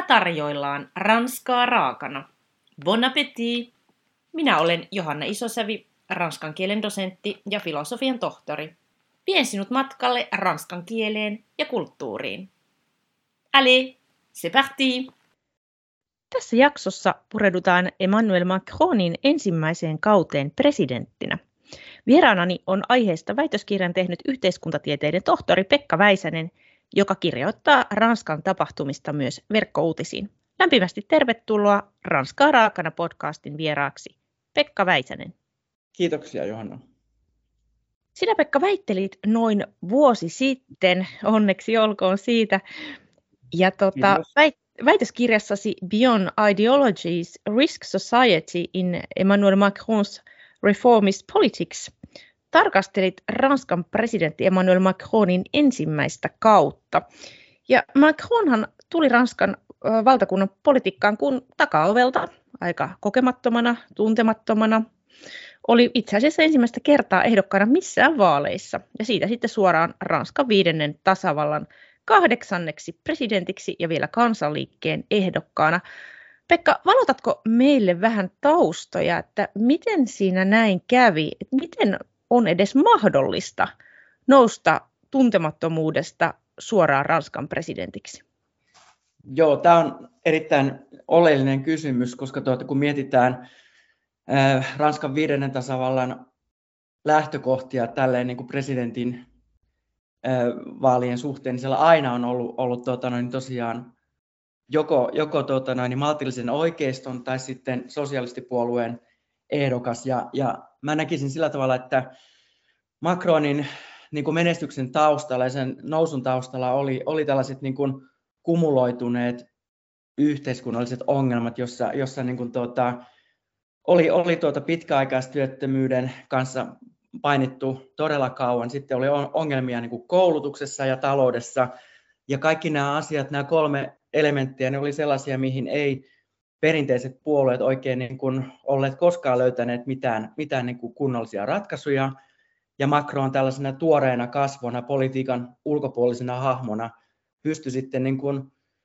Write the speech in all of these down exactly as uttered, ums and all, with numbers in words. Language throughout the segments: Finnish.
tarjoillaan ranskaa raakana. Bon appétit! Minä olen Johanna Isosävi, ranskan kielen dosentti ja filosofian tohtori. Vien sinut matkalle ranskan kieleen ja kulttuuriin. Allez, c'est parti! Tässä jaksossa pureudutaan Emmanuel Macronin ensimmäiseen kauteen presidenttinä. Vieraanani on aiheesta väitöskirjan tehnyt yhteiskuntatieteiden tohtori Pekka Väisänen, joka kirjoittaa Ranskan tapahtumista myös verkkouutisiin. Lämpimästi tervetuloa Ranskaa raakana podcastin vieraaksi, Pekka Väisänen. Kiitoksia, Johanna. Sinä, Pekka, väittelit noin vuosi sitten, onneksi olkoon siitä, ja tuota, väit, väitöskirjassasi Beyond Ideologies, Risk Society in Emmanuel Macron's Reformist Politics tarkastelit Ranskan presidentti Emmanuel Macronin ensimmäistä kautta. Ja Macronhan tuli Ranskan valtakunnan politiikkaan kuin takaovelta, aika kokemattomana, tuntemattomana. Oli itse asiassa ensimmäistä kertaa ehdokkaana missään vaaleissa, ja siitä sitten suoraan Ranskan viidennen tasavallan kahdeksanneksi presidentiksi ja vielä kansanliikkeen ehdokkaana. Pekka, valotatko meille vähän taustoja, että miten siinä näin kävi, että miten on edes mahdollista nousta tuntemattomuudesta suoraan Ranskan presidentiksi? Joo, tämä on erittäin oleellinen kysymys, koska tuota, kun mietitään äh, Ranskan viidennen tasavallan lähtökohtia tälleen niin kuin presidentin äh, vaalien suhteen, niin siellä aina on ollut, ollut tuota, noin, tosiaan joko, joko tuota, noin, maltillisen oikeiston tai sitten sosialistipuolueen ehdokas. Ja, ja mä näkisin sillä tavalla, että Macronin niin kuin menestyksen taustalla ja sen nousun taustalla oli, oli tällaiset niin kuin kumuloituneet yhteiskunnalliset ongelmat, jossa, jossa niin kuin tuota, oli, oli tuota pitkäaikaistyöttömyyden kanssa painittu todella kauan. Sitten oli ongelmia niin kuin koulutuksessa ja taloudessa. Ja kaikki nämä asiat, nämä kolme elementtiä, ne oli sellaisia, mihin ei perinteiset puolueet oikein niin kuin olleet koskaan löytäneet mitään, mitään niin kuin kunnollisia ratkaisuja. Ja Macron tällaisena tuoreena kasvona, politiikan ulkopuolisena hahmona pystyi sitten niin kuin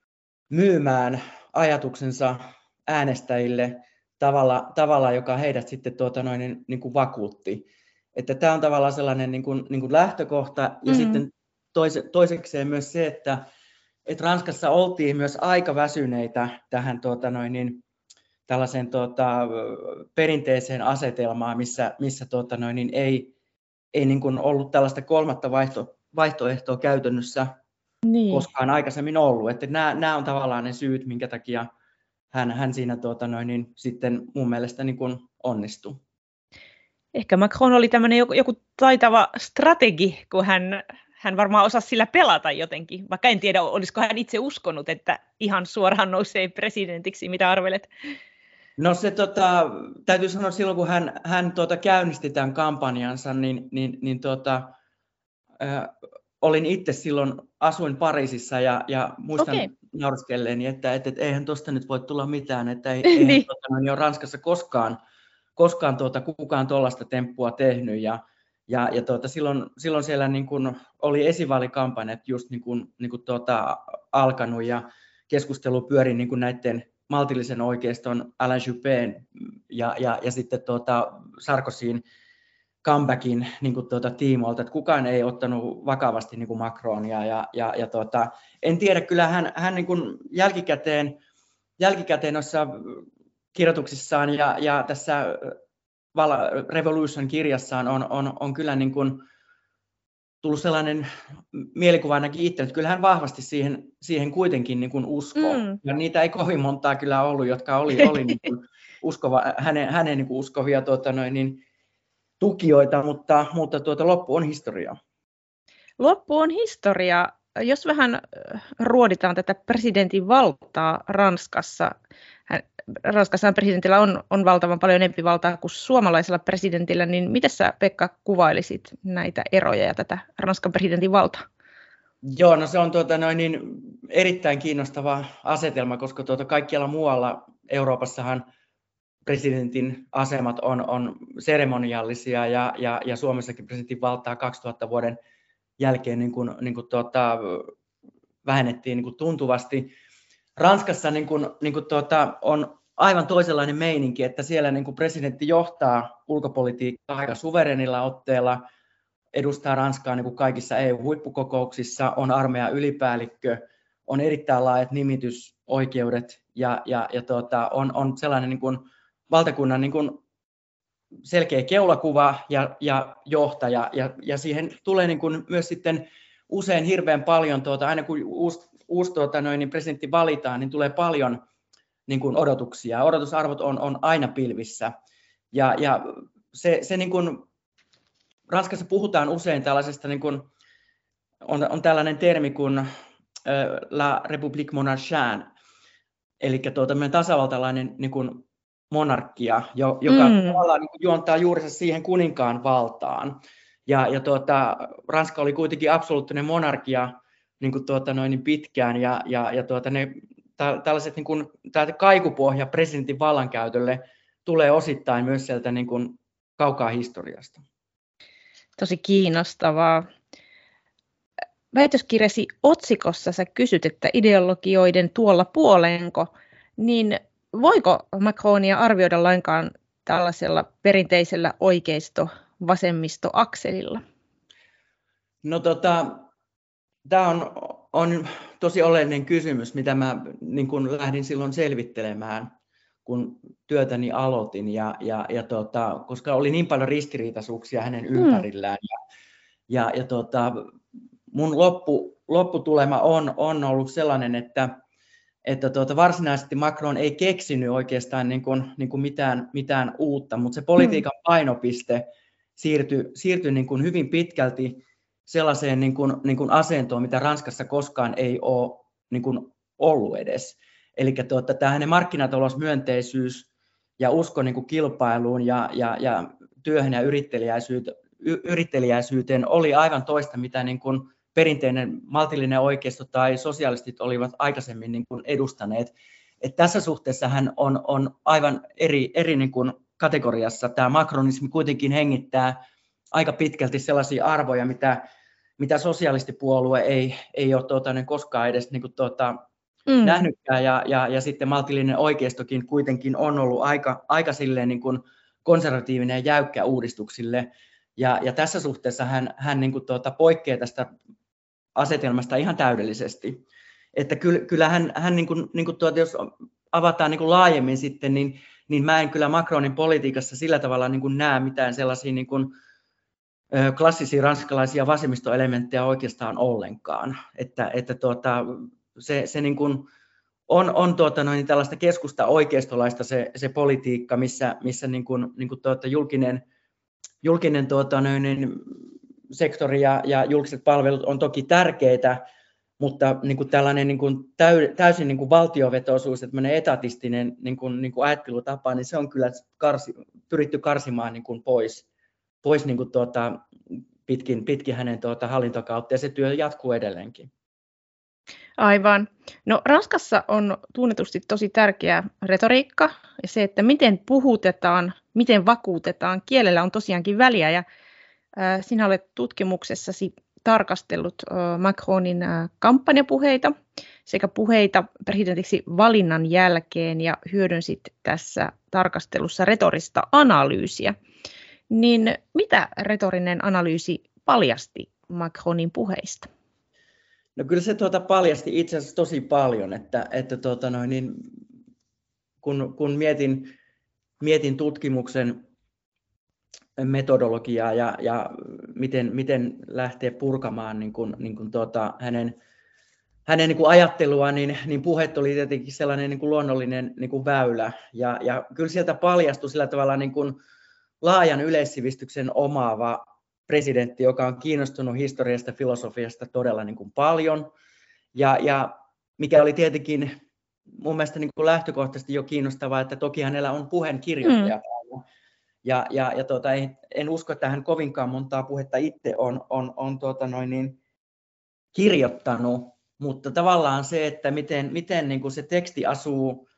myymään ajatuksensa äänestäjille tavalla, tavalla joka heidät sitten tuota noin, niin, niin kuin vakuutti. Että tämä on tavallaan sellainen niin kuin, niin kuin lähtökohta. Ja mm-hmm. sitten toise, toisekseen myös se, että että Ranskassa oltiin myös aika väsyneitä tähän tuota noin, niin, tällaiseen tuota, perinteiseen asetelmaan, missä, missä tuota noin, niin ei, ei niin kuin ollut tällaista kolmatta vaihto, vaihtoehtoa käytännössä niin koskaan aikaisemmin ollut. Että nämä, nämä on tavallaan ne syyt, minkä takia hän, hän siinä tuota noin, niin, sitten mun mielestä niin kuin onnistui. Ehkä Macron oli tämmöinen joku, joku taitava strategi, kun hän... Hän varmaan osasi sillä pelata jotenkin, vaikka en tiedä, olisiko hän itse uskonut, että ihan suoraan nousee presidentiksi, mitä arvelet? No se tota, täytyy sanoa, silloin kun hän, hän tuota, käynnisti tämän kampanjansa, niin, niin, niin tuota, äh, olin itse silloin, asuin Pariisissa ja, ja muistan okay. nauriskelleeni, että, että, että eihän tuosta nyt voi tulla mitään, että ei, eihän niin. tuota, niin ole Ranskassa koskaan, koskaan tuota, kukaan tuollaista temppua tehnyt. Ja, Ja, ja tuota, silloin, silloin siellä niin kun oli esivaalikampanjat just niin kun, niin kun tuota, alkanut ja keskustelu pyöri niin kun näiden maltillisen oikeiston Alain Juppén ja, ja, ja sitten tuota, Sarkozyn comebackin niin kun tuota, tiimoilta, että kukaan ei ottanut vakavasti niin kun Macronia. Ja, ja, ja tuota, en tiedä, kyllä hän, hän niin kun jälkikäteen, jälkikäteen noissa kirjoituksissaan ja, ja tässä Revolution-kirjassaan on, on, on kyllä niin kuin tullut sellainen mielikuva ainakin itse, että kyllä hän vahvasti siihen, siihen kuitenkin niin kuin uskoo. Mm. Ja niitä ei kovin montaa kyllä ollut, jotka oli, oli niin kuin uskova, hänen, hänen niin kuin uskovia tuota, noin, niin, tukijoita, mutta, mutta tuota, loppu on historia. Loppu on historia. Jos vähän ruoditaan tätä presidentin valtaa Ranskassa, hän, Ranskassa presidentillä on, on valtavan paljon enemmän valtaa kuin suomalaisella presidentillä, niin miten sä, Pekka, kuvailisit näitä eroja ja tätä Ranskan presidentin valtaa? Joo, no se on tuota, noin, niin, erittäin kiinnostava asetelma, koska tuota, kaikkialla muualla Euroopassahan presidentin asemat on, on seremoniallisia ja, ja, ja Suomessakin presidentin valtaa kaksituhatta vuoden jälkeen niin kuin, niin kuin tuota, vähennettiin niin kuin tuntuvasti. Ranskassa niin kuin, niin kuin tuota, on aivan toisenlainen meininki, että siellä niin kuin presidentti johtaa ulkopolitiikkaa aika suverenilla otteella, edustaa Ranskaa niin kuin kaikissa E U-huippukokouksissa, on armeijan ylipäällikkö, on erittäin laajat nimitysoikeudet ja, ja, ja tuota, on, on sellainen niin kuin valtakunnan niin kuin selkeä keulakuva ja, ja johtaja, ja, ja siihen tulee niin kuin myös sitten usein hirveän paljon, tuota, aina kun uusi, uusi tuota, noin, niin presidentti valitaan, niin tulee paljon niin kuin odotuksia. Odotusarvot on, on aina pilvissä. Ja, ja se, se niin kuin, Ranskassa puhutaan usein tällaisesta, niin kuin, on, on tällainen termi kuin äh, la république monarchienne, eli tuota, tasavaltalainen niin kuin monarkia, joka mm. tavallaan niin kuin juontaa juurensa siihen kuninkaan valtaan. Ja, ja tuota, Ranska oli kuitenkin absoluuttinen monarkia niin kuin tuota, noin pitkään, ja, ja, ja tuota, ne, tä, tällaiset niin kuin, kaikupohja presidentin vallankäytölle tulee osittain myös sieltä niin kuin kaukaa historiasta. Tosi kiinnostavaa. Väitöskirjasi otsikossa sä kysyt, että ideologioiden tuolla puolenko, niin voiko Macronia arvioida lainkaan tällaisella perinteisellä oikeisto-vasemmisto-akselilla? No tota, tämä on, on tosi oleellinen kysymys, mitä mä niin kun lähdin silloin selvittelemään, kun työtäni aloitin, ja, ja, ja tota, koska oli niin paljon ristiriitaisuuksia hänen ympärillään. Mm. Ja, ja, ja tota, mun loppu, lopputulema on, on ollut sellainen, että että tuota, varsinaisesti Macron ei keksinyt oikeastaan niin kuin, niin kuin mitään, mitään uutta, mutta se politiikan painopiste siirtyi, siirtyi niin kuin hyvin pitkälti sellaiseen niin kuin, niin kuin asentoon, mitä Ranskassa koskaan ei ole niin kuin ollut edes. Eli tuota, tämä hänen markkinatalousmyönteisyys ja usko niin kuin kilpailuun ja, ja, ja työhön ja yrittelijäisyyteen, yrittelijäisyyteen oli aivan toista, mitä niin kuin perinteinen maltillinen oikeisto tai sosialistit olivat aikaisemmin niin kuin edustaneet. Et tässä suhteessa hän on, on aivan eri, eri niin kuin kategoriassa. Tämä macronismi kuitenkin hengittää aika pitkälti sellaisia arvoja, mitä, mitä sosialistipuolue ei, ei ole tuota, niin koskaan edes niin kuin, tuota, mm. nähnytkään. Ja, ja, ja sitten maltillinen oikeistokin kuitenkin on ollut aika, aika silleen, niin kuin konservatiivinen ja jäykkä uudistuksille. Ja, ja tässä suhteessa hän, hän niin kuin, tuota, poikkeaa tästä asetelmasta ihan täydellisesti. Että kyllä, kyllä hän, hän niin kuin, niin kuin tuota, jos avataan niin kuin laajemmin sitten, niin, niin mä en kyllä Macronin politiikassa sillä tavalla niin kuin näe mitään sellaisia niin kuin, ö, klassisia ranskalaisia vasemmistoelementtejä oikeastaan ollenkaan. Että, että tuota, se, se niin kuin on, on tuota, noin, tällaista keskusta oikeistolaista se, se politiikka, missä, missä niin kuin, niin kuin tuota, julkinen, julkinen tuota, noin, niin, sektori ja, ja julkiset palvelut on toki tärkeitä, mutta niin kuin tällainen niin kuin täysin niin kuin valtiovetoisuus, että etatistinen niin kuin, niin kuin ajattelutapa, niin se on kyllä karsi, pyritty karsimaan niin kuin pois, pois niin kuin tuota, pitkin, pitkin hänen tuota hallintokautta, ja se työ jatkuu edelleenkin. Aivan. No Ranskassa on tunnetusti tosi tärkeä retoriikka, ja se, että miten puhutetaan, miten vakuutetaan, kielellä on tosiaankin väliä, ja äh, sinä olet tutkimuksessasi tarkastellut äh, Macronin äh, kampanjapuheita sekä puheita presidentiksi valinnan jälkeen, ja hyödynsit tässä tarkastelussa retorista analyysiä. Niin mitä retorinen analyysi paljasti Macronin puheista? No kyllä se tuota paljasti itse asiassa tosi paljon, että, että tuota noin, niin, kun, kun mietin, mietin tutkimuksen metodologiaa ja, ja miten, miten lähtee purkamaan niin kuin, niin kuin tuota, hänen, hänen niin kuin ajatteluaan, niin, niin puheet oli tietenkin sellainen niin kuin luonnollinen niin kuin väylä. Ja, ja kyllä sieltä paljastui sillä tavalla niin kuin laajan yleissivistyksen omaava presidentti, joka on kiinnostunut historiasta ja filosofiasta todella niin kuin paljon. Ja, ja mikä oli tietenkin mun mielestä niin kuin lähtökohtaisesti jo kiinnostavaa, että toki hänellä on puheenkirjoittaja. Mm. Ja, ja, ja tuota, en usko, että hän kovinkaan montaa puhetta itse on, on, on tuota noin niin kirjoittanut, mutta tavallaan se, että miten, miten niin kuin se teksti asuu,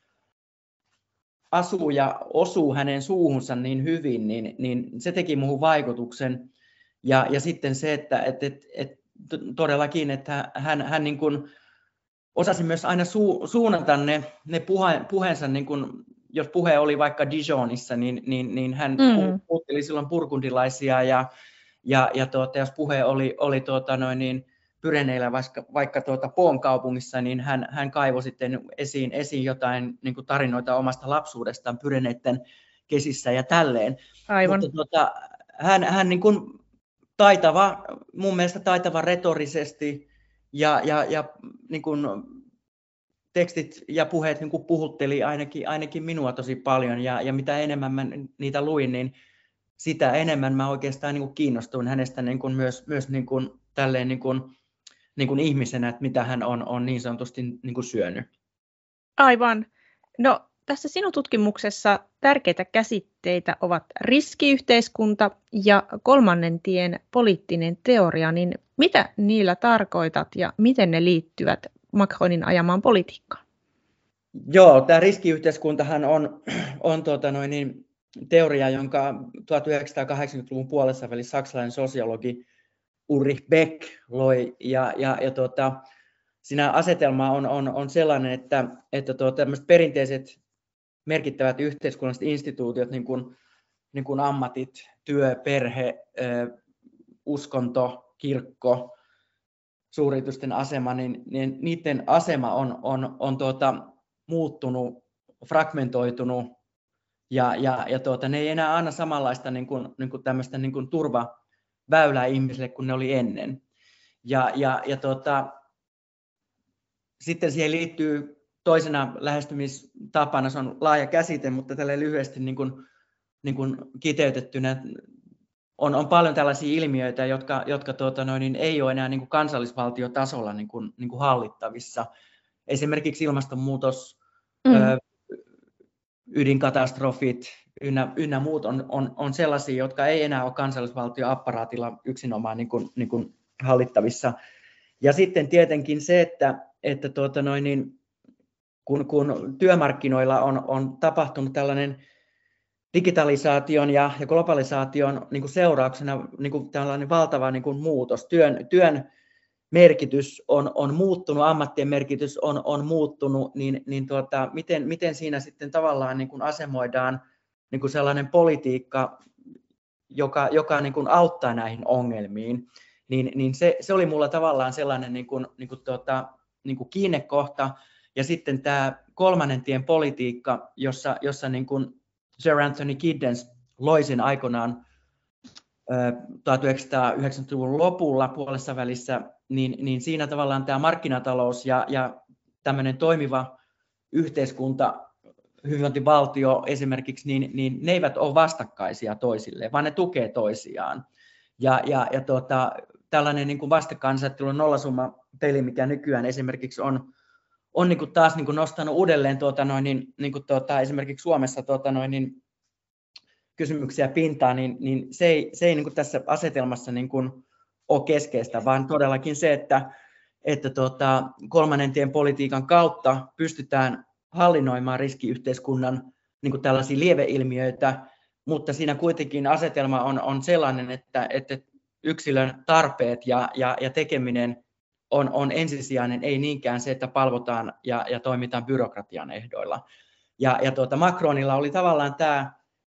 asuu ja osuu hänen suuhunsa niin hyvin, niin, niin se teki muuhun vaikutuksen. Ja, ja sitten se, että et, et, et, todellakin, että hän, hän niin kuin osasi myös aina su, suunnata ne, ne puhe, puheensa, niin kun, jos puhe oli vaikka Dijonissa, niin, niin, niin hän mm. puhutteli silloin burgundilaisia, ja, ja, ja tuota, jos puhe oli, oli tuota, noin, niin Pyreneillä vaikka, vaikka tuota Poon kaupungissa, niin hän, hän kaivoi sitten esiin, esiin jotain niin kuin tarinoita omasta lapsuudestaan Pyreneiden kesissä ja tälleen. Aivan. Mutta tuota, hän, hän niin kuin taitava, mun mielestä taitava retorisesti, ja, ja, ja niin kuin tekstit ja puheet niin kuin puhutteli ainakin, ainakin minua tosi paljon, ja, ja mitä enemmän mä niitä luin, niin sitä enemmän mä oikeastaan niin kuin kiinnostuin hänestä niin kuin myös, myös niin kuin, tälleen niin kuin, niin kuin ihmisenä, että mitä hän on, on niin sanotusti niin kuin syönyt. Aivan. No, tässä sinun tutkimuksessa tärkeitä käsitteitä ovat riskiyhteiskunta ja kolmannen tien poliittinen teoria, niin mitä niillä tarkoitat ja miten ne liittyvät Macronin ajamaan politiikkaan? Joo, tämä riskiyhteiskuntahan on, on tuota noin niin, teoria, jonka tuhatyhdeksänsataakahdeksankymmentäluvun puolessa välissä saksalainen sosiologi Ulrich Beck loi, ja, ja, ja tuota, siinä asetelma on, on, on sellainen, että, että tuota, tämmöiset perinteiset merkittävät yhteiskunnalliset instituutiot, niin kuin, niin kuin ammatit, työ, perhe, uskonto, kirkko, suuryritysten asema, niin, niin niiden asema on, on, on tuota, muuttunut, fragmentoitunut, ja, ja, ja tuota, ne ei enää anna samanlaista niin kuin, niin kuin tämmöistä niin kuin turvaväylää ihmisille kuin ne oli ennen. Ja, ja, ja tuota, sitten siihen liittyy toisena lähestymistapana, se on laaja käsite, mutta tälle lyhyesti niin kuin, niin kuin kiteytettynä on, on paljon tällaisia ilmiöitä, jotka, jotka tuota, noin, niin ei ole enää niin kuin kansallisvaltiotasolla niin kuin, niin kuin hallittavissa. Esimerkiksi ilmastonmuutos, mm. ö, ydinkatastrofit ynnä, ynnä muut on, on, on sellaisia, jotka ei enää ole kansallisvaltioapparaatilla yksinomaan niin kuin, niin kuin hallittavissa. Ja sitten tietenkin se, että, että tuota noin, niin kun, kun työmarkkinoilla on, on tapahtunut tällainen digitalisaation ja, ja globalisaation niin kuin seurauksena niin kuin tällainen valtava niin kuin muutos. Työn, työn merkitys on, on muuttunut, ammattien merkitys on, on muuttunut, niin, niin tuota, miten, miten siinä sitten tavallaan niin kuin asemoidaan niin kuin sellainen politiikka, joka, joka niin kuin auttaa näihin ongelmiin, niin, niin se, se oli mulla tavallaan sellainen niin kuin, niin kuin tuota, niin kuin kiinnekohta. Ja sitten tämä kolmannen tien politiikka, jossa, jossa niin kuin Sir Anthony Giddens loi sen aikoinaan tuhatyhdeksänsataayhdeksänkymmentäluvun lopulla puolessa välissä, niin, niin siinä tavallaan tämä markkinatalous ja, ja tämmöinen toimiva yhteiskunta, hyvinvointivaltio esimerkiksi, niin, niin ne eivät ole vastakkaisia toisilleen, vaan ne tukee toisiaan. Ja, ja, ja tuota, tällainen niin kuin vastakkainasettelun nollasumma peli, mikä nykyään esimerkiksi on, on niin kuin taas niin kuin nostanut uudelleen tuota noin, niin, niin kuin tuota, esimerkiksi Suomessa tuota noin, niin kysymyksiä pintaan, niin, niin se ei, se ei niin kuin tässä asetelmassa niin kuin ole keskeistä, vaan todellakin se, että, että tuota, kolmannen tien politiikan kautta pystytään hallinnoimaan riskiyhteiskunnan niin kuin tällaisia lieveilmiöitä, mutta siinä kuitenkin asetelma on, on sellainen, että, että yksilön tarpeet ja, ja, ja tekeminen on, on ensisijainen, ei niinkään se, että palvotaan ja, ja toimitaan byrokratian ehdoilla. Ja, ja tuota, Macronilla oli tavallaan tämä,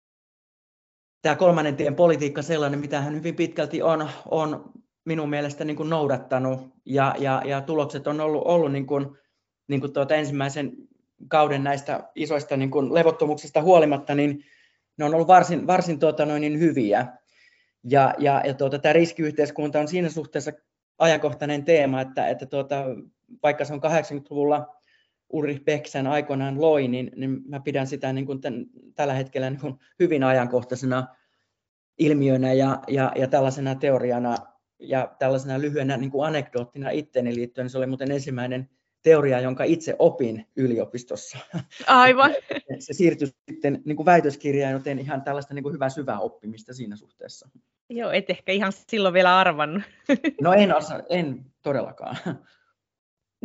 tämä kolmannen tien politiikka sellainen, mitä hän hyvin pitkälti on, on minun mielestä niin kuin noudattanut, ja, ja, ja tulokset on ollut, ollut niin kuin, niin kuin tuota ensimmäisen kauden näistä isoista niin kuin levottomuuksista huolimatta, niin ne on ollut varsin, varsin tuota, noin niin hyviä. Ja, ja, ja tuota, tämä riskiyhteiskunta on siinä suhteessa ajankohtainen teema, että, että tuota, vaikka se on kahdeksankymmentäluvulla Ulrich Beck sen aikoinaan loi, niin, niin mä pidän sitä niin kuin tämän, tällä hetkellä niin kuin hyvin ajankohtaisena ilmiönä ja, ja, ja tällaisena teoriana ja tällaisena lyhyenä niin kuin anekdoottina itteeni liittyen. Se oli muuten ensimmäinen teoria, jonka itse opin yliopistossa. Aivan. Se siirtyi sitten niin kuin väitöskirjaan, joten ihan tällaista niin kuin hyvää syvää oppimista siinä suhteessa. Joo, et ehkä ihan silloin vielä arvannut. No en, osa, en todellakaan.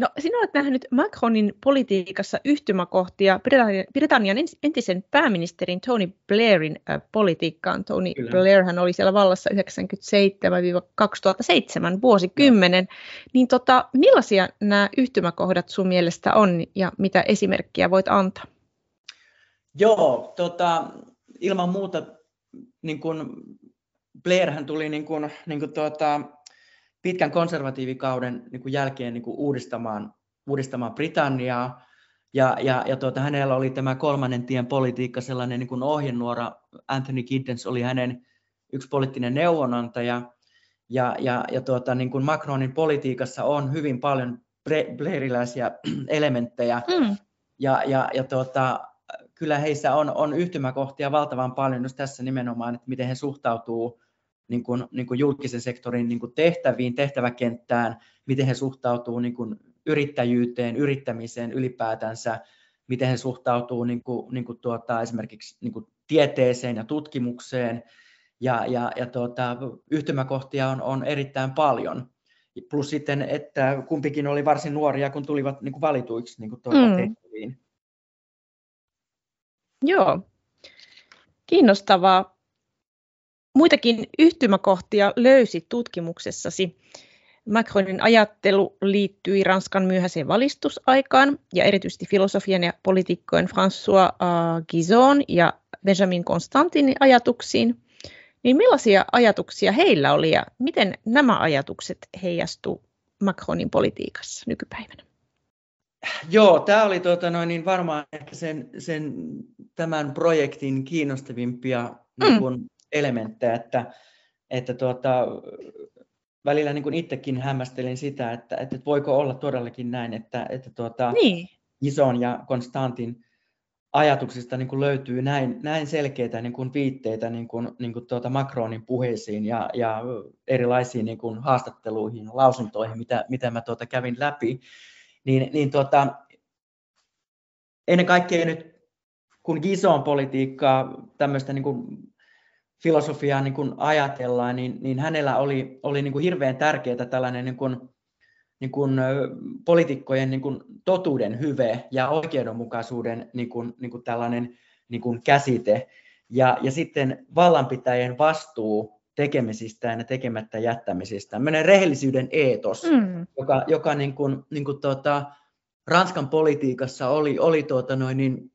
No, sinä olet nähnyt Macronin politiikassa yhtymäkohtia Britannian entisen pääministerin Tony Blairin politiikkaan. Tony Kyllä. Blair hän oli siellä vallassa yhdeksänkymmentäseitsemän kaksituhattaseitsemän vuosikymmenen. No. Niin tota, millaisia nämä yhtymäkohdat sun mielestä on ja mitä esimerkkiä voit antaa? Joo, tota, ilman muuta niin kun Blair hän tuli niin kun, niin kun tuota, pitkän konservatiivikauden niin kuin jälkeen niin kuin uudistamaan, uudistamaan Britanniaa. Ja, ja, ja tuota, hänellä oli tämä kolmannen tien politiikka, sellainen niin kuin ohjenuora. Anthony Giddens oli hänen yksi poliittinen neuvonantaja. Ja, ja, ja tuota, niin kuin Macronin politiikassa on hyvin paljon blairiläisiä elementtejä. Mm. Ja, ja, ja tuota, kyllä heissä on, on yhtymäkohtia valtavan paljon just tässä nimenomaan, että miten he suhtautuu niin kuin, niin kuin julkisen sektorin niin kuin tehtäviin, tehtäväkenttään, miten he suhtautuu niin kuin yrittäjyyteen, yrittämiseen ylipäätänsä, miten he suhtautuu niin kuin, niin kuin tuota, esimerkiksi niin kuin tieteeseen ja tutkimukseen, ja, ja, ja tuota, yhtymäkohtia on, on erittäin paljon. Plus sitten, että kumpikin oli varsin nuoria, kun tulivat niin kuin valituiksi niin kuin tuota mm. tehtäviin. Joo, kiinnostavaa. Muitakin yhtymäkohtia löysit tutkimuksessasi. Macronin ajattelu liittyi Ranskan myöhäiseen valistusaikaan ja erityisesti filosofian ja poliitikkojen François Guizon ja Benjamin Constantin ajatuksiin. Niin millaisia ajatuksia heillä oli ja miten nämä ajatukset heijastuivat Macronin politiikassa nykypäivänä? Joo, tämä oli tuota, noin, niin varmaan ehkä sen, sen, tämän projektin kiinnostavimpia mm. niin kun, elementtejä, että, että tuota, välillä niin kuin itsekin hämmästelin sitä, että, että voiko olla todellakin näin, että, että tuota, niin. Guizon ja Constantin ajatuksista niin kuin löytyy näin, näin selkeitä niin kuin viitteitä niin kuin, niin kuin tuota Macronin puheisiin ja, ja erilaisiin niin kuin haastatteluihin, lausuntoihin, mitä, mitä mä tuota kävin läpi. Niin, niin tuota, ennen kaikkea nyt, kun Guizon politiikkaa, tämmöistä niin kuin filosofiaa niin kuin ajatellaan, niin, niin hänellä oli, oli niin kuin hirveän tärkeää tällainen niin kuin, niin kuin, poliitikkojen niin kuin totuuden hyve ja oikeudenmukaisuuden niin kuin, niin kuin tällainen niin kuin käsite. Ja, ja sitten vallanpitäjien vastuu tekemisistään ja tekemättä jättämisistä. Tämmöinen rehellisyyden eetos, mm. joka, joka niin kuin, niin kuin tuota, Ranskan politiikassa oli, oli tuota noin niin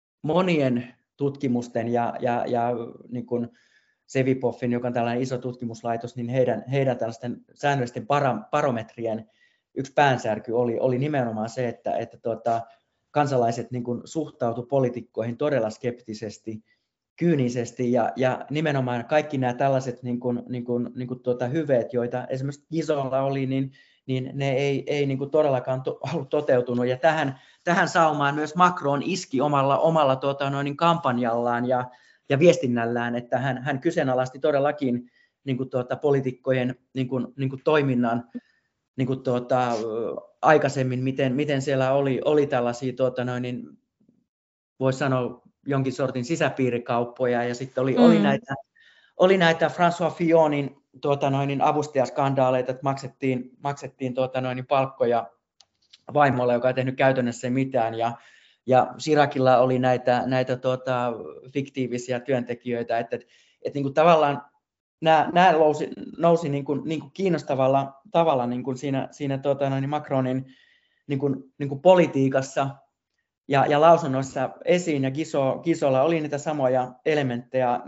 monien tutkimusten ja, ja, ja niin kuin Cevipoffin, joka on tällainen iso tutkimuslaitos, niin heidän, heidän tällaisten säännöllisten barometrien yksi päänsärky oli, oli nimenomaan se, että, että tuota, kansalaiset niin kuin suhtautu poliitikkoihin todella skeptisesti, kyynisesti ja, ja nimenomaan kaikki nämä tällaiset niin kuin, niin kuin, niin kuin tuota, hyveet, joita esimerkiksi Guizonlla oli, niin, niin ne ei, ei niin kuin todellakaan to, ollut toteutunut. Ja tähän, tähän saumaan myös Macron iski omalla, omalla tuota, noin, kampanjallaan ja, ja viestinnällään, että hän, hän kyseenalaisti todellakin niin kuin tuota, poliitikkojen niin kuin, niin kuin toiminnan niin kuin tuota, aikaisemmin, miten, miten siellä oli, oli tällaisia, tuota, noin, niin voisi sanoa, jonkin sortin sisäpiirikauppoja, ja sitten oli, mm. oli näitä, oli näitä François Fillonin tuota, noin, avustajaskandaaleita, että maksettiin, maksettiin tuota, noin, palkkoja vaimolle, joka ei tehnyt käytännössä mitään, ja, ja Chiracilla oli näitä, näitä tuota, fiktiivisiä työntekijöitä, että, että, että niin kuin tavallaan nämä, nämä nousi, nousi niin kuin, niin kuin kiinnostavalla tavalla niin kuin siinä, siinä tuota, noin, Macronin niin kuin, niin kuin politiikassa ja, ja lausunnoissa esiin, ja Guizon, Guizonlla oli niitä samoja elementtejä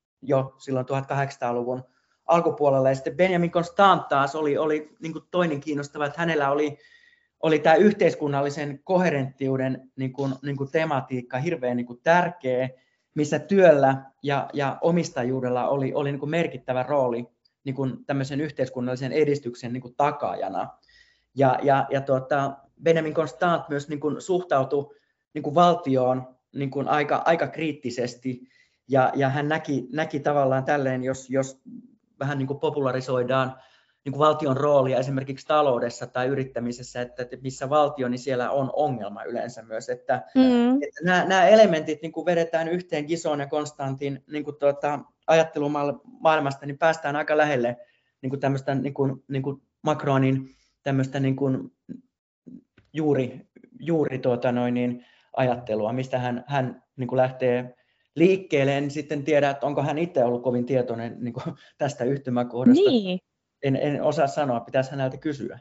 jo silloin tuhatkahdeksansataaluvun alkupuolella, ja sitten Benjamin Constant taas oli, oli niin kuin toinen kiinnostava, että hänellä oli, oli tämä yhteiskunnallisen koherenttiuden niin kuin, niin kuin tematiikka hirveän niin kuin tärkeä, missä työllä ja, ja omistajuudella oli, oli niin kuin merkittävä rooli niin kuin tämmöisen yhteiskunnallisen edistyksen niin kuin takaajana. Ja, ja, ja tuota, Benjamin Constant myös niin kuin suhtautui niin kuin valtioon niin kuin aika, aika kriittisesti, ja, ja hän näki, näki tavallaan tälleen, jos, jos vähän niin kuin popularisoidaan niin kuin valtion roolia esimerkiksi taloudessa tai yrittämisessä, että, että missä valtio, niin siellä on ongelma yleensä myös, että, mm. että nämä, nämä elementit niin kuin vedetään yhteen Guizon ja Constantin niin kuin tuota, ajattelumaailmasta, niin päästään aika lähelle niin kuin tämmöistä niin kuin, niin kuin Macronin tämmöistä niin kuin juuri, juuri tuota noin, niin ajattelua, mistä hän, hän niin kuin lähtee liikkeelle. En sitten tiedä, että onko hän itse ollut kovin tietoinen niin kuin tästä yhtymäkohdasta. Niin. En, en osaa sanoa, pitäisi häneltä kysyä.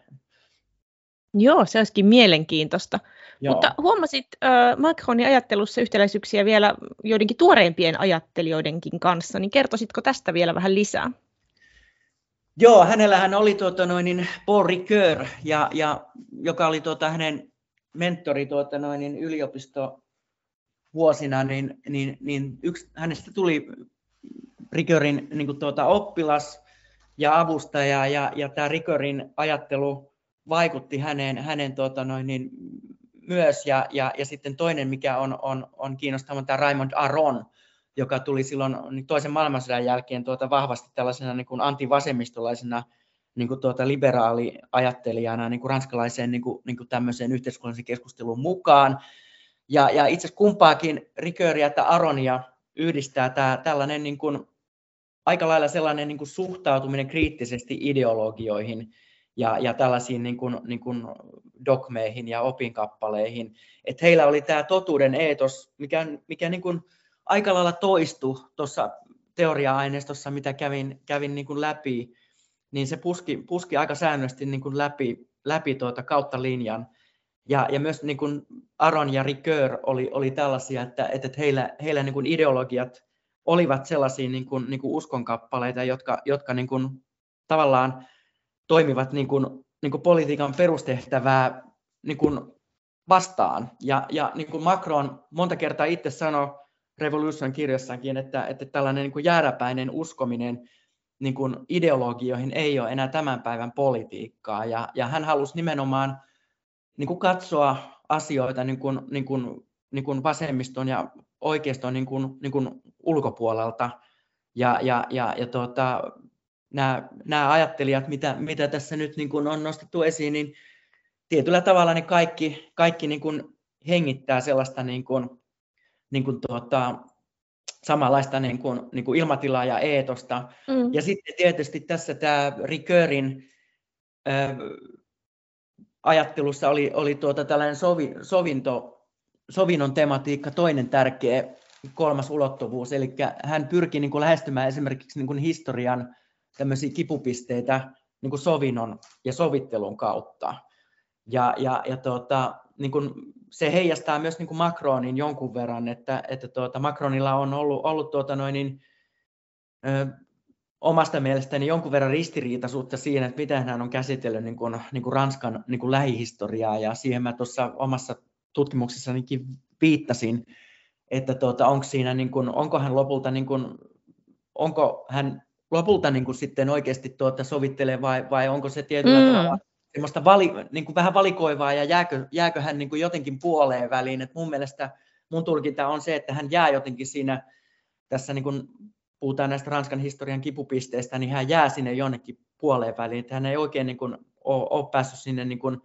Joo, se olisikin mielenkiintoista. Joo. Mutta huomasit äh, Macronin ajattelussa yhtäläisyyksiä vielä joidenkin tuoreimpien ajattelijoidenkin kanssa, niin kertoisitko tästä vielä vähän lisää? Joo, hänellähän oli tuota, noin, niin Paul Ricoeur, ja, ja, joka oli tuota, hänen mentori tuota, noin, niin yliopistovuosina, niin, niin, niin yksi, hänestä tuli Ricœurin niin kuin, tuota, oppilas ja avustaja, ja, ja tämä Ricoeurin ajattelu vaikutti häneen, hänen tuota, noin, niin, myös, ja, ja, ja sitten toinen, mikä on, on, on kiinnostava, on tämä Raymond Aron, joka tuli silloin toisen maailmansodan jälkeen tuota, vahvasti tällaisena niin kuin antivasemmistolaisena niin kuin tuota, liberaaliajattelijana niin kuin ranskalaiseen niin kuin, niin kuin tämmöiseen yhteiskunnalliseen keskusteluun mukaan. Ja, ja itse asiassa kumpaakin Ricœuria että Aronia yhdistää tämä tällainen niin kuin, aika lailla sellainen niin kuin suhtautuminen kriittisesti ideologioihin ja, ja tällaisiin niin kuin, niin kuin dogmeihin ja opinkappaleihin. Että heillä oli tämä totuuden eetos, mikä, mikä niin kuin aika lailla toistui tuossa teoria-aineistossa, mitä kävin, kävin niin kuin läpi, niin se puski, puski aika säännöllisesti niin kuin läpi, läpi tuota kautta linjan. Ja, ja myös niin kuin Aron ja Ricoeur oli, oli tällaisia, että, että heillä, heillä niin kuin ideologiat olivat sellaisia niin kuin, niin kuin uskonkappaleita, jotka, jotka niin kuin tavallaan toimivat niin kuin, niin kuin politiikan perustehtävää niin kuin vastaan. Ja, ja niin kuin Macron monta kertaa itse sanoi Revolution kirjassakin, että, että tällainen niin kuin jääräpäinen uskominen niin kuin ideologioihin ei ole enää tämän päivän politiikkaa. Ja, ja hän halusi nimenomaan niin kuin katsoa asioita niin kuin, niin kuin, niin kuin vasemmiston ja oikeiston niin kuin, niin kuin ulkopuolelta. Ja, ja, ja, ja tuota, nämä, nämä ajattelijat, mitä, mitä tässä nyt niin kuin on nostettu esiin, niin tietyllä tavalla ne kaikki, kaikki niin kuin hengittää sellaista niin kuin, niin kuin tuota, samanlaista niin kuin, niin kuin ilmatilaa ja eetosta. Mm. Ja sitten tietysti tässä tämä Ricoeurin äh, ajattelussa oli, oli tuota tällainen sovi, sovinto, sovinnon tematiikka, toinen tärkeä kolmas ulottuvuus. Eli hän pyrki niin kuin lähestymään esimerkiksi niin kuin historian tämmöisiä kipupisteitä niin kuin sovinnon ja sovittelun kautta. Ja, ja, ja tuota, niin kuin se heijastaa myös niin kuin Macronin jonkun verran, että, että tuota, Macronilla on ollut, ollut tuota noin, niin, ö, omasta mielestäni jonkun verran ristiriitaisuutta siinä, että miten hän on käsitellyt niin kuin, niin kuin Ranskan niin kuin lähihistoriaa, ja siihen mä tuossa omassa tutkimuksessanikin viittasin, että tuota, onko, siinä, niin kuin, onko hän lopulta, niin kuin, onko hän lopulta niin kuin sitten oikeasti tuota sovittelee vai, vai onko se tietyllä mm. tavalla semmoista vali, niin kuin vähän valikoivaa, ja jääkö, jääkö hän niin kuin jotenkin puoleen väliin. Et mun mielestä mun tulkinta on se, että hän jää jotenkin siinä, tässä niin kuin puhutaan näistä Ranskan historian kipupisteistä, niin hän jää sinne jonnekin puoleen väliin. Että hän ei oikein niin kuin ole, ole päässyt sinne niin kuin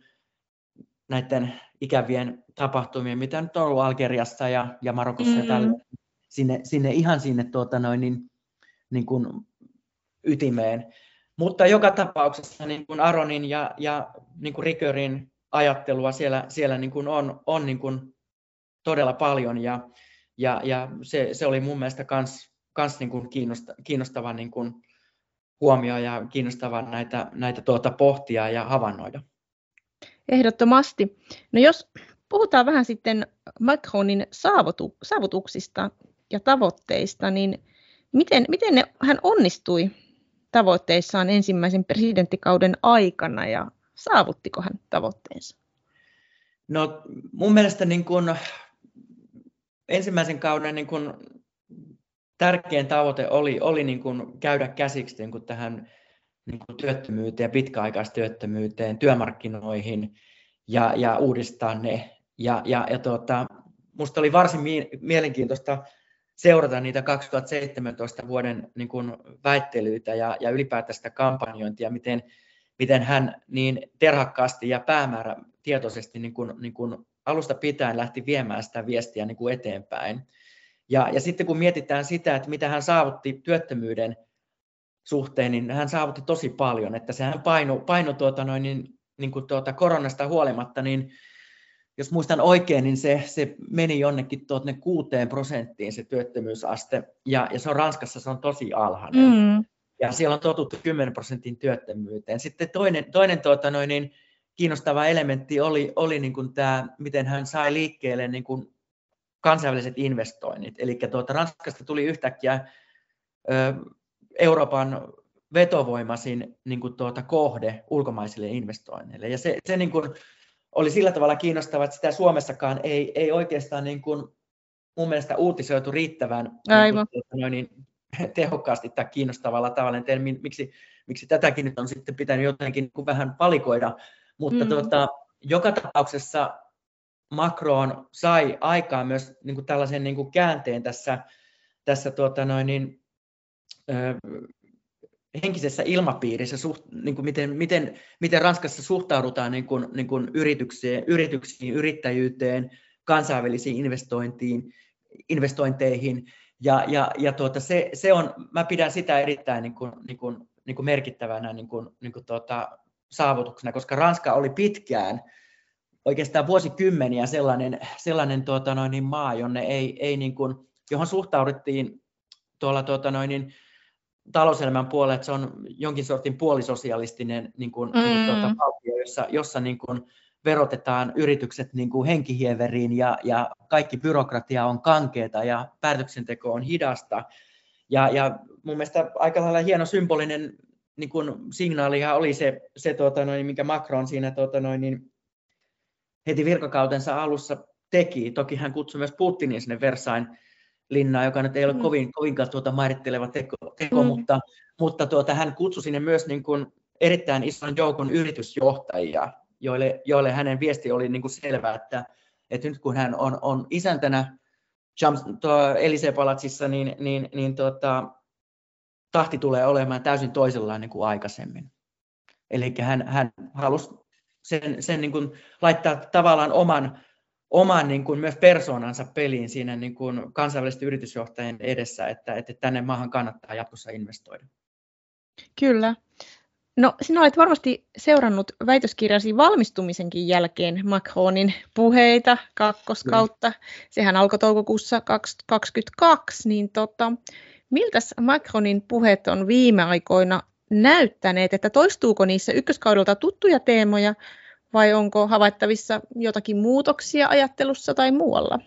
näiden ikävien tapahtumien, mitä nyt on ollut Algeriassa ja, ja Marokossa mm-hmm. ja tällä, sinne, sinne ihan sinne tuota noin, niin, niin kuin ytimeen. Mutta joka tapauksessa niin kuin Aronin ja, ja niin kuin Ricoeurin ajattelua siellä, siellä niin kuin on, on niin kuin todella paljon, ja, ja, ja se, se oli mun mielestä kans, kans niin kuin kiinnostava, kiinnostava niin kuin huomio ja kiinnostava näitä, näitä tuota pohtia ja havainnoida. Ehdottomasti. No jos puhutaan vähän sitten Macronin saavutu, saavutuksista ja tavoitteista, niin miten, miten ne, hän onnistui tavoitteissaan ensimmäisen presidenttikauden aikana, ja saavuttiko hän tavoitteensa? No mun mielestä niin kun ensimmäisen kauden niin kun tärkein tavoite oli, oli niin kun käydä käsiksi niin kun tähän niin kun työttömyyteen ja pitkäaikaistyöttömyyteen, työmarkkinoihin ja, ja uudistaa ne. Ja, ja, ja tuota, musta oli varsin mie- mielenkiintoista seurata niitä kaksituhattaseitsemäntoista vuoden niin kuin väittelyitä ja, ja ylipäätään sitä kampanjointia, miten, miten hän niin terhakkaasti ja päämäärätietoisesti niin kuin, niin kuin alusta pitäen lähti viemään sitä viestiä niin kuin eteenpäin. Ja, ja sitten kun mietitään sitä, että mitä hän saavutti työttömyyden suhteen, niin hän saavutti tosi paljon, että sehän painoi, paino tuota noin, niin, niin kuin tuota koronasta huolimatta, niin jos muistan oikein, niin se, se meni jonnekin tuonne kuuteen prosenttiin se työttömyysaste, ja, ja se on Ranskassa se on tosi alhainen. Mm. Ja siellä on totuttu kymmenen prosentin työttömyyteen. Sitten toinen, toinen tuota, noin, niin kiinnostava elementti oli, oli niin kuin tämä, miten hän sai liikkeelle niin kuin kansainväliset investoinnit. Eli tuota, Ranskasta tuli yhtäkkiä ö, Euroopan vetovoimaisin niin kuin tuota, kohde ulkomaisille investoinneille. Ja se, se niin kuin oli sillä tavalla kiinnostavaa, että sitä Suomessakaan ei, ei oikeastaan niin kuin, mun mielestä uutisoitu riittävän niin kuin, noin, niin, tehokkaasti tai kiinnostavalla tavalla. En tiedä, miksi, miksi tätäkin nyt on sitten pitänyt jotenkin niin kuin vähän valikoida, mutta mm. tuota, joka tapauksessa Macron sai aikaan myös niin kuin tällaisen niin kuin käänteen tässä, tässä tuota, noin, niin, ö, henkisessä ilmapiirissä, suht, niin kuin miten, miten, miten Ranskassa suhtaudutaan niin kuin, niin kuin yrityksiin, yrityksiin, yrittäjyyteen, kansainvälisiin investointiin, investointeihin. Ja, ja, ja tuota, se, se on, mä pidän sitä erittäin niin kuin, niin kuin, niin kuin merkittävänä niin kuin, niin kuin tuota, saavutuksena, koska Ranska oli pitkään, oikeastaan vuosikymmeniä sellainen, sellainen tuota, noin, niin maa, jonne ei, ei, niin kuin, johon suhtauduttiin tuolla tuota, noin, niin, talouselämän puolella, että se on jonkin sortin puolisosialistinen niin kuin, mm. niin kuin, tuota, valtio, jossa, jossa niin kuin, verotetaan yritykset niin kuin henkihieveriin ja, ja kaikki byrokratia on kankeata ja päätöksenteko on hidasta. Ja, ja mun mielestä aika lailla hieno symbolinen niin kuin signaalihan oli se, se tuota, noin, minkä Macron siinä tuota, noin, niin heti virkakautensa alussa teki. Toki hän kutsui myös Putinin sinne Versailles linnaan, joka nyt ei ole mm. kovin, kovinkaan tuota mairitteleva teko, teko mm. mutta, mutta tuota, hän kutsui sinne myös niin kuin erittäin ison joukon yritysjohtajia, joille, joille hänen viesti oli niin kuin selvä, että, että nyt kun hän on, on isäntänä Élysée-palatsissa, niin, niin, niin tuota, tahti tulee olemaan täysin toisenlainen kuin aikaisemmin. Eli hän, hän halusi sen, sen niin kuin laittaa tavallaan oman, oman niin kuin myös persoonansa peliin siinä niin kuin kansainvälisten yritysjohtajien edessä, että, että tänne maahan kannattaa jatkossa investoida. Kyllä. No, sinä olet varmasti seurannut väitöskirjasi valmistumisenkin jälkeen Macronin puheita kakkoskautta. Sehän alkoi toukokuussa kaksituhattakaksikymmentäkaksi. Niin tota, miltäs Macronin puheet on viime aikoina näyttäneet, että toistuuko niissä ykköskaudelta tuttuja teemoja vai onko havaittavissa jotakin muutoksia ajattelussa tai muualla?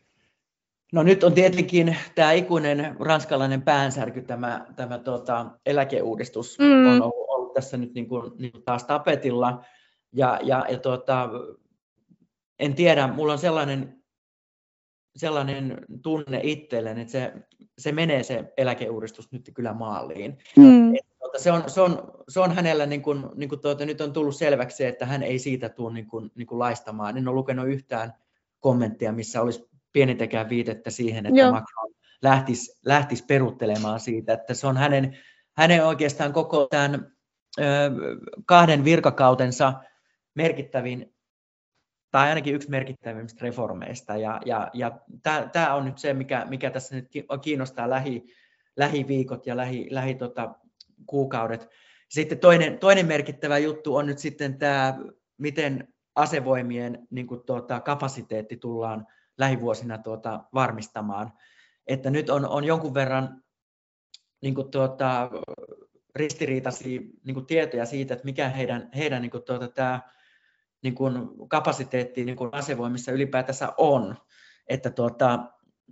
No nyt on tietenkin tämä ikuinen ranskalainen päänsärky, tämä, tämä tuota, eläkeuudistus mm. on ollut, ollut tässä nyt niin kuin, niin kuin taas tapetilla. Ja, ja, ja tuota, en tiedä, mulla on sellainen, sellainen tunne itselleni, että se, se menee se eläkeuudistus nyt kyllä maaliin. Mm. Et, tuota, se, on, se, on, se on hänellä, niin kuin, niin kuin tuota, nyt on tullut selväksi, että hän ei siitä tule niin kuin, niin kuin laistamaan. En ole lukenut yhtään kommenttia, missä olisi pienintäkään viitettä siihen, että Joo. Macron lähtisi, lähtisi peruuttelemaan siitä, että se on hänen, hänen oikeastaan koko tämän ö, kahden virkakautensa merkittävin, tai ainakin yksi merkittävimmistä reformeista, ja, ja, ja tämä on nyt se, mikä, mikä tässä nyt kiinnostaa lähi, lähiviikot ja lähi, lähi tota, kuukaudet. Sitten toinen, toinen merkittävä juttu on nyt sitten tämä, miten asevoimien niin kuin tuota, kapasiteetti tullaan lähivuosina tuota, varmistamaan. Että nyt on, on jonkun verran niin kuin tuota, ristiriitaisia niin kuin tietoja siitä, että mikä heidän, heidän niin kuin tuota, tämä niin kuin kapasiteetti niin kuin asevoimissa ylipäätänsä on. Että tuota,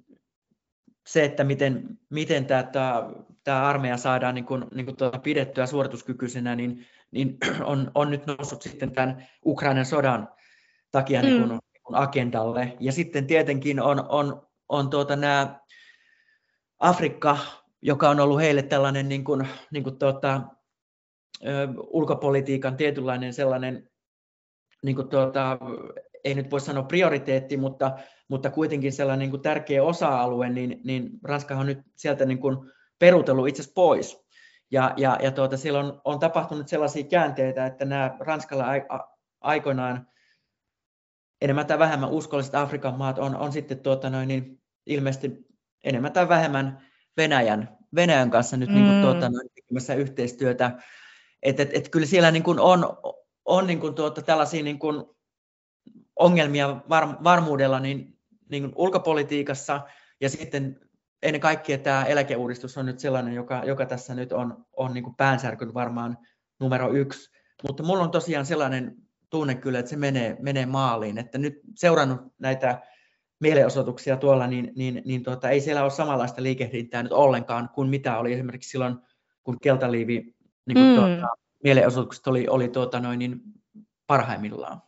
se, että miten, miten tämä, tämä, tämä armeija saadaan niin kuin, niin kuin tuota, pidettyä suorituskykyisenä, niin, niin on, on nyt noussut sitten tämän Ukrainan sodan takia mm. niin kuin, agendalle. Ja sitten tietenkin on, on, on tuota nämä Afrikka, joka on ollut heille tällainen niin kuin, niin kuin tuota, ö, ulkopolitiikan tietynlainen sellainen, niin kuin tuota, ei nyt voi sanoa prioriteetti, mutta, mutta kuitenkin sellainen niin kuin tärkeä osa-alue, niin, niin Ranska on nyt sieltä niin kuin peruutellut itse asiassa pois. Ja, ja, ja tuota, siellä on, on tapahtunut sellaisia käänteitä, että nämä Ranskalla aikoinaan enemmän tai vähemmän uskolliset Afrikan maat on, on sitten tuota noin, niin ilmeisesti enemmän tai vähemmän Venäjän, Venäjän kanssa nyt mm. niin kuin, tuota, noin, tekemässä yhteistyötä. Et, et, et kyllä siellä niin kuin on, on niin kuin, tuota, tällaisia niin kuin ongelmia var, varmuudella niin, niin ulkopolitiikassa, ja sitten ennen kaikkea tämä eläkeuudistus on nyt sellainen, joka, joka tässä nyt on, on niin kuin päänsärky varmaan numero yksi, mutta mulla on tosiaan sellainen tunne kyllä, että se menee, menee maaliin, että nyt seurannut näitä mielenosoituksia tuolla, niin, niin, niin tuota, ei siellä ole samanlaista liikehdintää nyt ollenkaan kuin mitä oli esimerkiksi silloin, kun keltaliivi niin kuin mm. tuota, mielenosoitukset oli, oli tuota, noin, niin parhaimmillaan.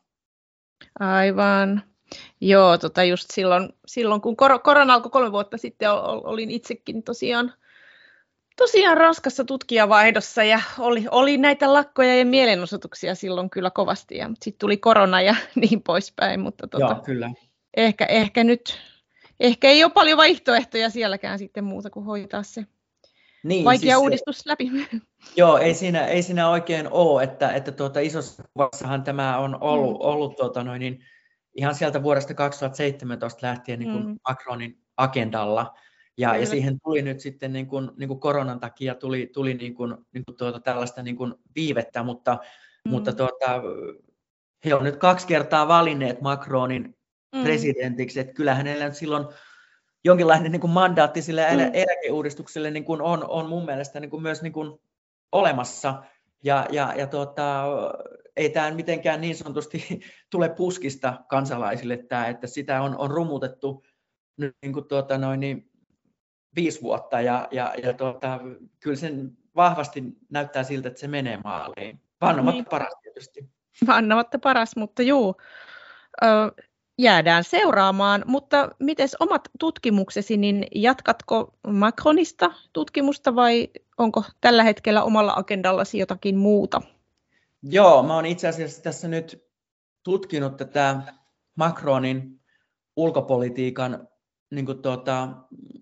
Aivan. Joo, tota just silloin, silloin kun kor- korona alkoi kolme vuotta sitten, ol, olin itsekin tosiaan, tosiaan Ranskassa tutkijavaihdossa ja oli, oli näitä lakkoja ja mielenosoituksia silloin kyllä kovasti. Ja sitten tuli korona ja niin poispäin, mutta tota, Joo, kyllä. Ehkä, ehkä nyt ehkä ei ole paljon vaihtoehtoja sielläkään sitten muuta kuin hoitaa se niin, vaikea siis uudistus se, läpi. Joo, ei siinä, ei siinä oikein ole, että, että tuota, isossa kuvassahan tämä on ollut, mm. ollut tuota, noin, niin ihan sieltä vuodesta kaksituhattaseitsemäntoista lähtien niin kuin mm. Macronin agendalla. Ja, ja siihen tuli nyt sitten niin kuin, niin kuin koronan takia tuli, tuli niin kuin, niin kuin tuota, tällaista niin kuin viivettä, mutta, mm. mutta tuota, he on nyt kaksi kertaa valinneet Macronin mm. presidentiksi, että kyllä hänellä nyt silloin jonkinlainen niin kuin mandaatti sille mm. eläkeuudistukselle niin kuin on, on mun mielestä niin kuin myös niin kuin olemassa. Ja, ja, ja tuota, ei tämä mitenkään niin sanotusti tule puskista kansalaisille, tämä, että sitä on, on rumutettu nyt niin kuin tuota, noin niin viisi vuotta ja, ja, ja tuota, kyllä sen vahvasti näyttää siltä, että se menee maaliin. Vannamatta niin. paras tietysti. Vannamatta paras, mutta juu, ö, jäädään seuraamaan. Mutta mites omat tutkimuksesi, niin jatkatko Macronista tutkimusta vai onko tällä hetkellä omalla agendallasi jotakin muuta? Joo, mä oon itse asiassa tässä nyt tutkinut tätä Macronin ulkopolitiikan niin kuin tuota,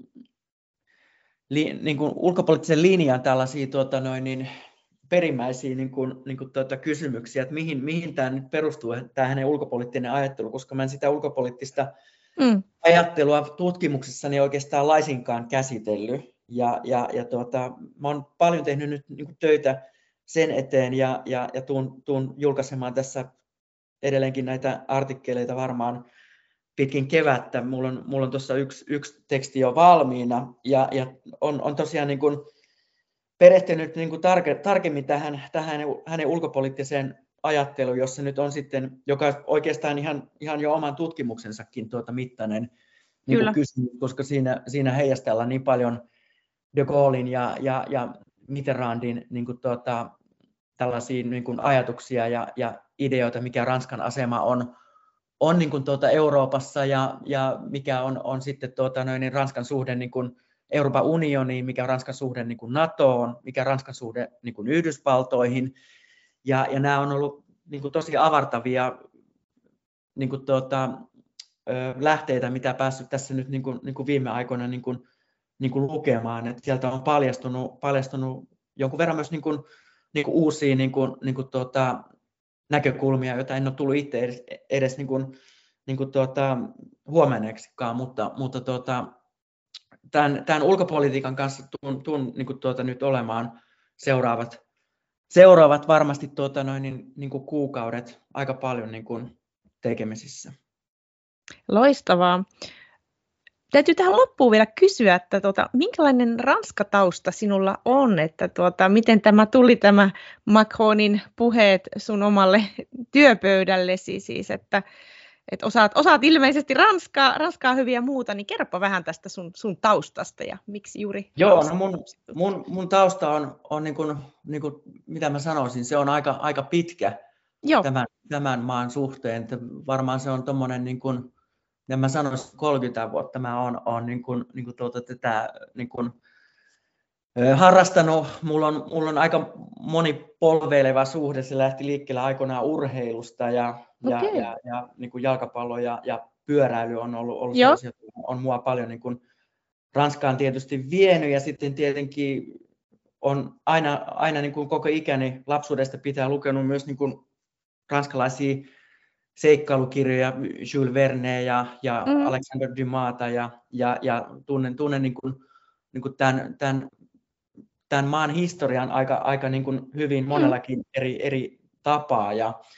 li, niin kuin ulkopoliittisen linjan tällaisia tuota, noin, niin, perimmäisiä niin kuin, niin kuin, tuota, kysymyksiä, että mihin, mihin tämä nyt perustuu, tämä hänen ulkopoliittinen ajattelu, koska mä en sitä ulkopoliittista mm. ajattelua tutkimuksessani oikeastaan laisinkaan käsitellyt. Ja, ja, ja tuota, mä oon paljon tehnyt nyt niin kuin töitä sen eteen ja, ja, ja tuun, tuun julkaisemaan tässä edelleenkin näitä artikkeleita varmaan pitkin kevättä. Mulla on, mulla on tuossa yksi, yksi teksti jo valmiina ja, ja on, on tosiaan niin kuin perehtynyt niin kuin tarke, tarkemmin tähän, tähän hänen ulkopoliittiseen ajatteluun, jossa nyt on sitten, joka oikeastaan ihan, ihan jo oman tutkimuksensakin tuota mittainen niin kuin kysymys, koska siinä, siinä heijastellaan niin paljon de Gaullen ja, ja, ja Mitterrandin niin kuin tuota, tällaisia niin kuin ajatuksia ja, ja ideoita, mikä Ranskan asema on, on niin kuin tuota Euroopassa ja, ja mikä on, on sitten tuota noin, niin Ranskan suhde niin kuin Euroopan unioniin, mikä on Ranskan suhde niin kuin NATOon, mikä on Ranskan suhde niin kuin Yhdysvaltoihin. Ja, ja nämä on ollut niin kuin tosi avartavia niin kuin tuota, lähteitä, mitä päässyt tässä nyt niin kuin, niin kuin viime aikoina niin kuin, niin kuin lukemaan. Et sieltä on paljastunut, paljastunut jonkun verran myös niin kuin, niin kuin uusia niin kuin, niin kuin tuota, näkökulmia, joita en ole tullut itse edes, edes niin kuin, niin kuin tuota, huomanneeksikaan, mutta, mutta tuota, tämän, tämän ulkopolitiikan kanssa tuun, tuun niin kuin tuota, nyt olemaan seuraavat, seuraavat varmasti tuota, noin, niin, niin kuin kuukaudet aika paljon niin kuin tekemisissä. Loistavaa. Täytyy tähän loppuun vielä kysyä, että tuota, minkälainen Ranska-tausta sinulla on, että tuota, miten tämä tuli tämä Macronin puheet sun omalle työpöydällesi, siis, että, että osaat, osaat ilmeisesti Ranskaa, Ranskaa hyvin ja muuta, niin kerropa vähän tästä sun, sun taustasta ja miksi juuri Joo, no mun, mun, mun tausta on, on niin kuin, niin kuin, mitä mä sanoisin, se on aika, aika pitkä tämän, tämän maan suhteen, että varmaan se on tommonen niin kuin, ja mä sanoisin, kolmekymmentä vuotta mä oon, oon niin kuin, niin kuin tuota, tätä niin kuin, äh, harrastanut. Mulla on, mulla on aika monipolveileva suhde. Se lähti liikkeelle aikoinaan urheilusta ja, okay. ja, ja, ja niin kuin jalkapallo ja, ja pyöräily on ollut, ollut sellaisia, on mua paljon niin kuin Ranskaan tietysti vienyt ja sitten tietenkin on aina, aina niin kuin koko ikäni lapsuudesta pitää lukenut myös niin kuin ranskalaisia seikkailukirjoja, Jules Verne ja, ja mm. Alexander Dumasta ja, ja, ja tunnen, tunnen niin kuin, niin kuin tämän, tämän, tämän maan historian aika, aika niin kuin hyvin monellakin eri, eri tapaa. Ja,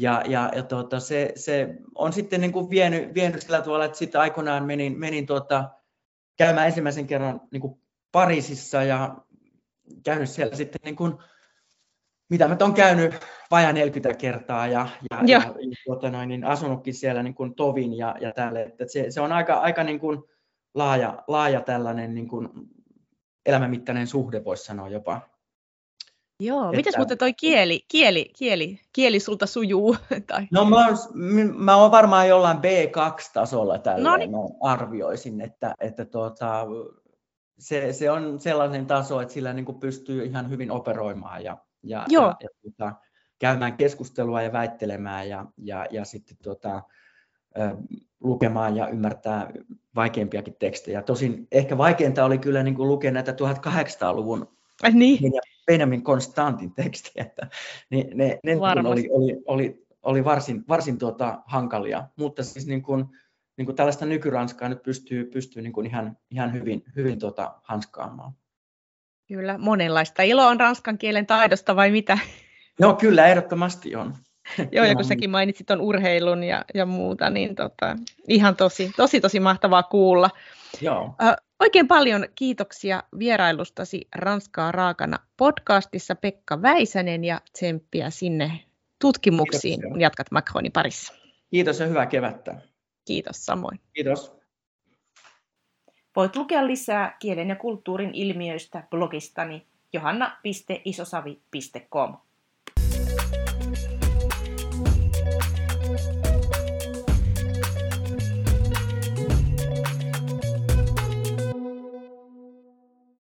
Ja, ja, ja tuota, se, se on sitten niin kuin vienyt, vienyt sillä tavalla, että sitten aikoinaan menin, menin tuota, käymään ensimmäisen kerran niin kuin Pariisissa ja käynyt siellä sitten, niin kuin, mitä mä olen käynyt vajaa neljäkymmentä kertaa ja, ja, ja, ja tuota noin, niin asunutkin siellä niin kuin tovin ja, ja tälle. Että se, se on aika, aika niin kuin laaja, laaja tällainen niin kuin elämänmittainen suhde, voisi sanoa jopa. Joo, että... mitäs muuten toi kieli, kieli, kieli, kieli sulta sujuu? Tai... No mä oon, mä oon varmaan jollain B kaksi -tasolla tälleen, mä arvioisin, että, että tuota, se, se on sellainen taso, että sillä niin kuin pystyy ihan hyvin operoimaan ja, ja, ja, ja tuota, käymään keskustelua ja väittelemään ja, ja, ja sitten tuota, lukemaan ja ymmärtää vaikeampiakin tekstejä. Tosin ehkä vaikeinta oli kyllä niin kuin lukea näitä tuhatkahdeksansataaluvun niin. Benjamin Constantin tekstejä, että ne, ne, ne oli, oli, oli, oli varsin, varsin tuota, hankalia, mutta siis niin kuin, niin kuin tällaista nykyranskaa nyt pystyy, pystyy niin kuin ihan, ihan hyvin, hyvin tuota, hanskaamaan. Kyllä, monenlaista iloa on ranskan kielen taidosta vai mitä? No kyllä, ehdottomasti on. Joo, ja kun säkin mainitsit tuon urheilun ja, ja muuta, niin tota, ihan tosi, tosi, tosi mahtavaa kuulla. Joo. Ö, oikein paljon kiitoksia vierailustasi Ranskaa raakana podcastissa, Pekka Väisänen, ja tsemppiä sinne tutkimuksiin, kun jatkat Macronin parissa. Kiitos ja hyvää kevättä. Kiitos samoin. Kiitos. Voit lukea lisää kielen ja kulttuurin ilmiöistä blogistani johanna piste isosavi piste com.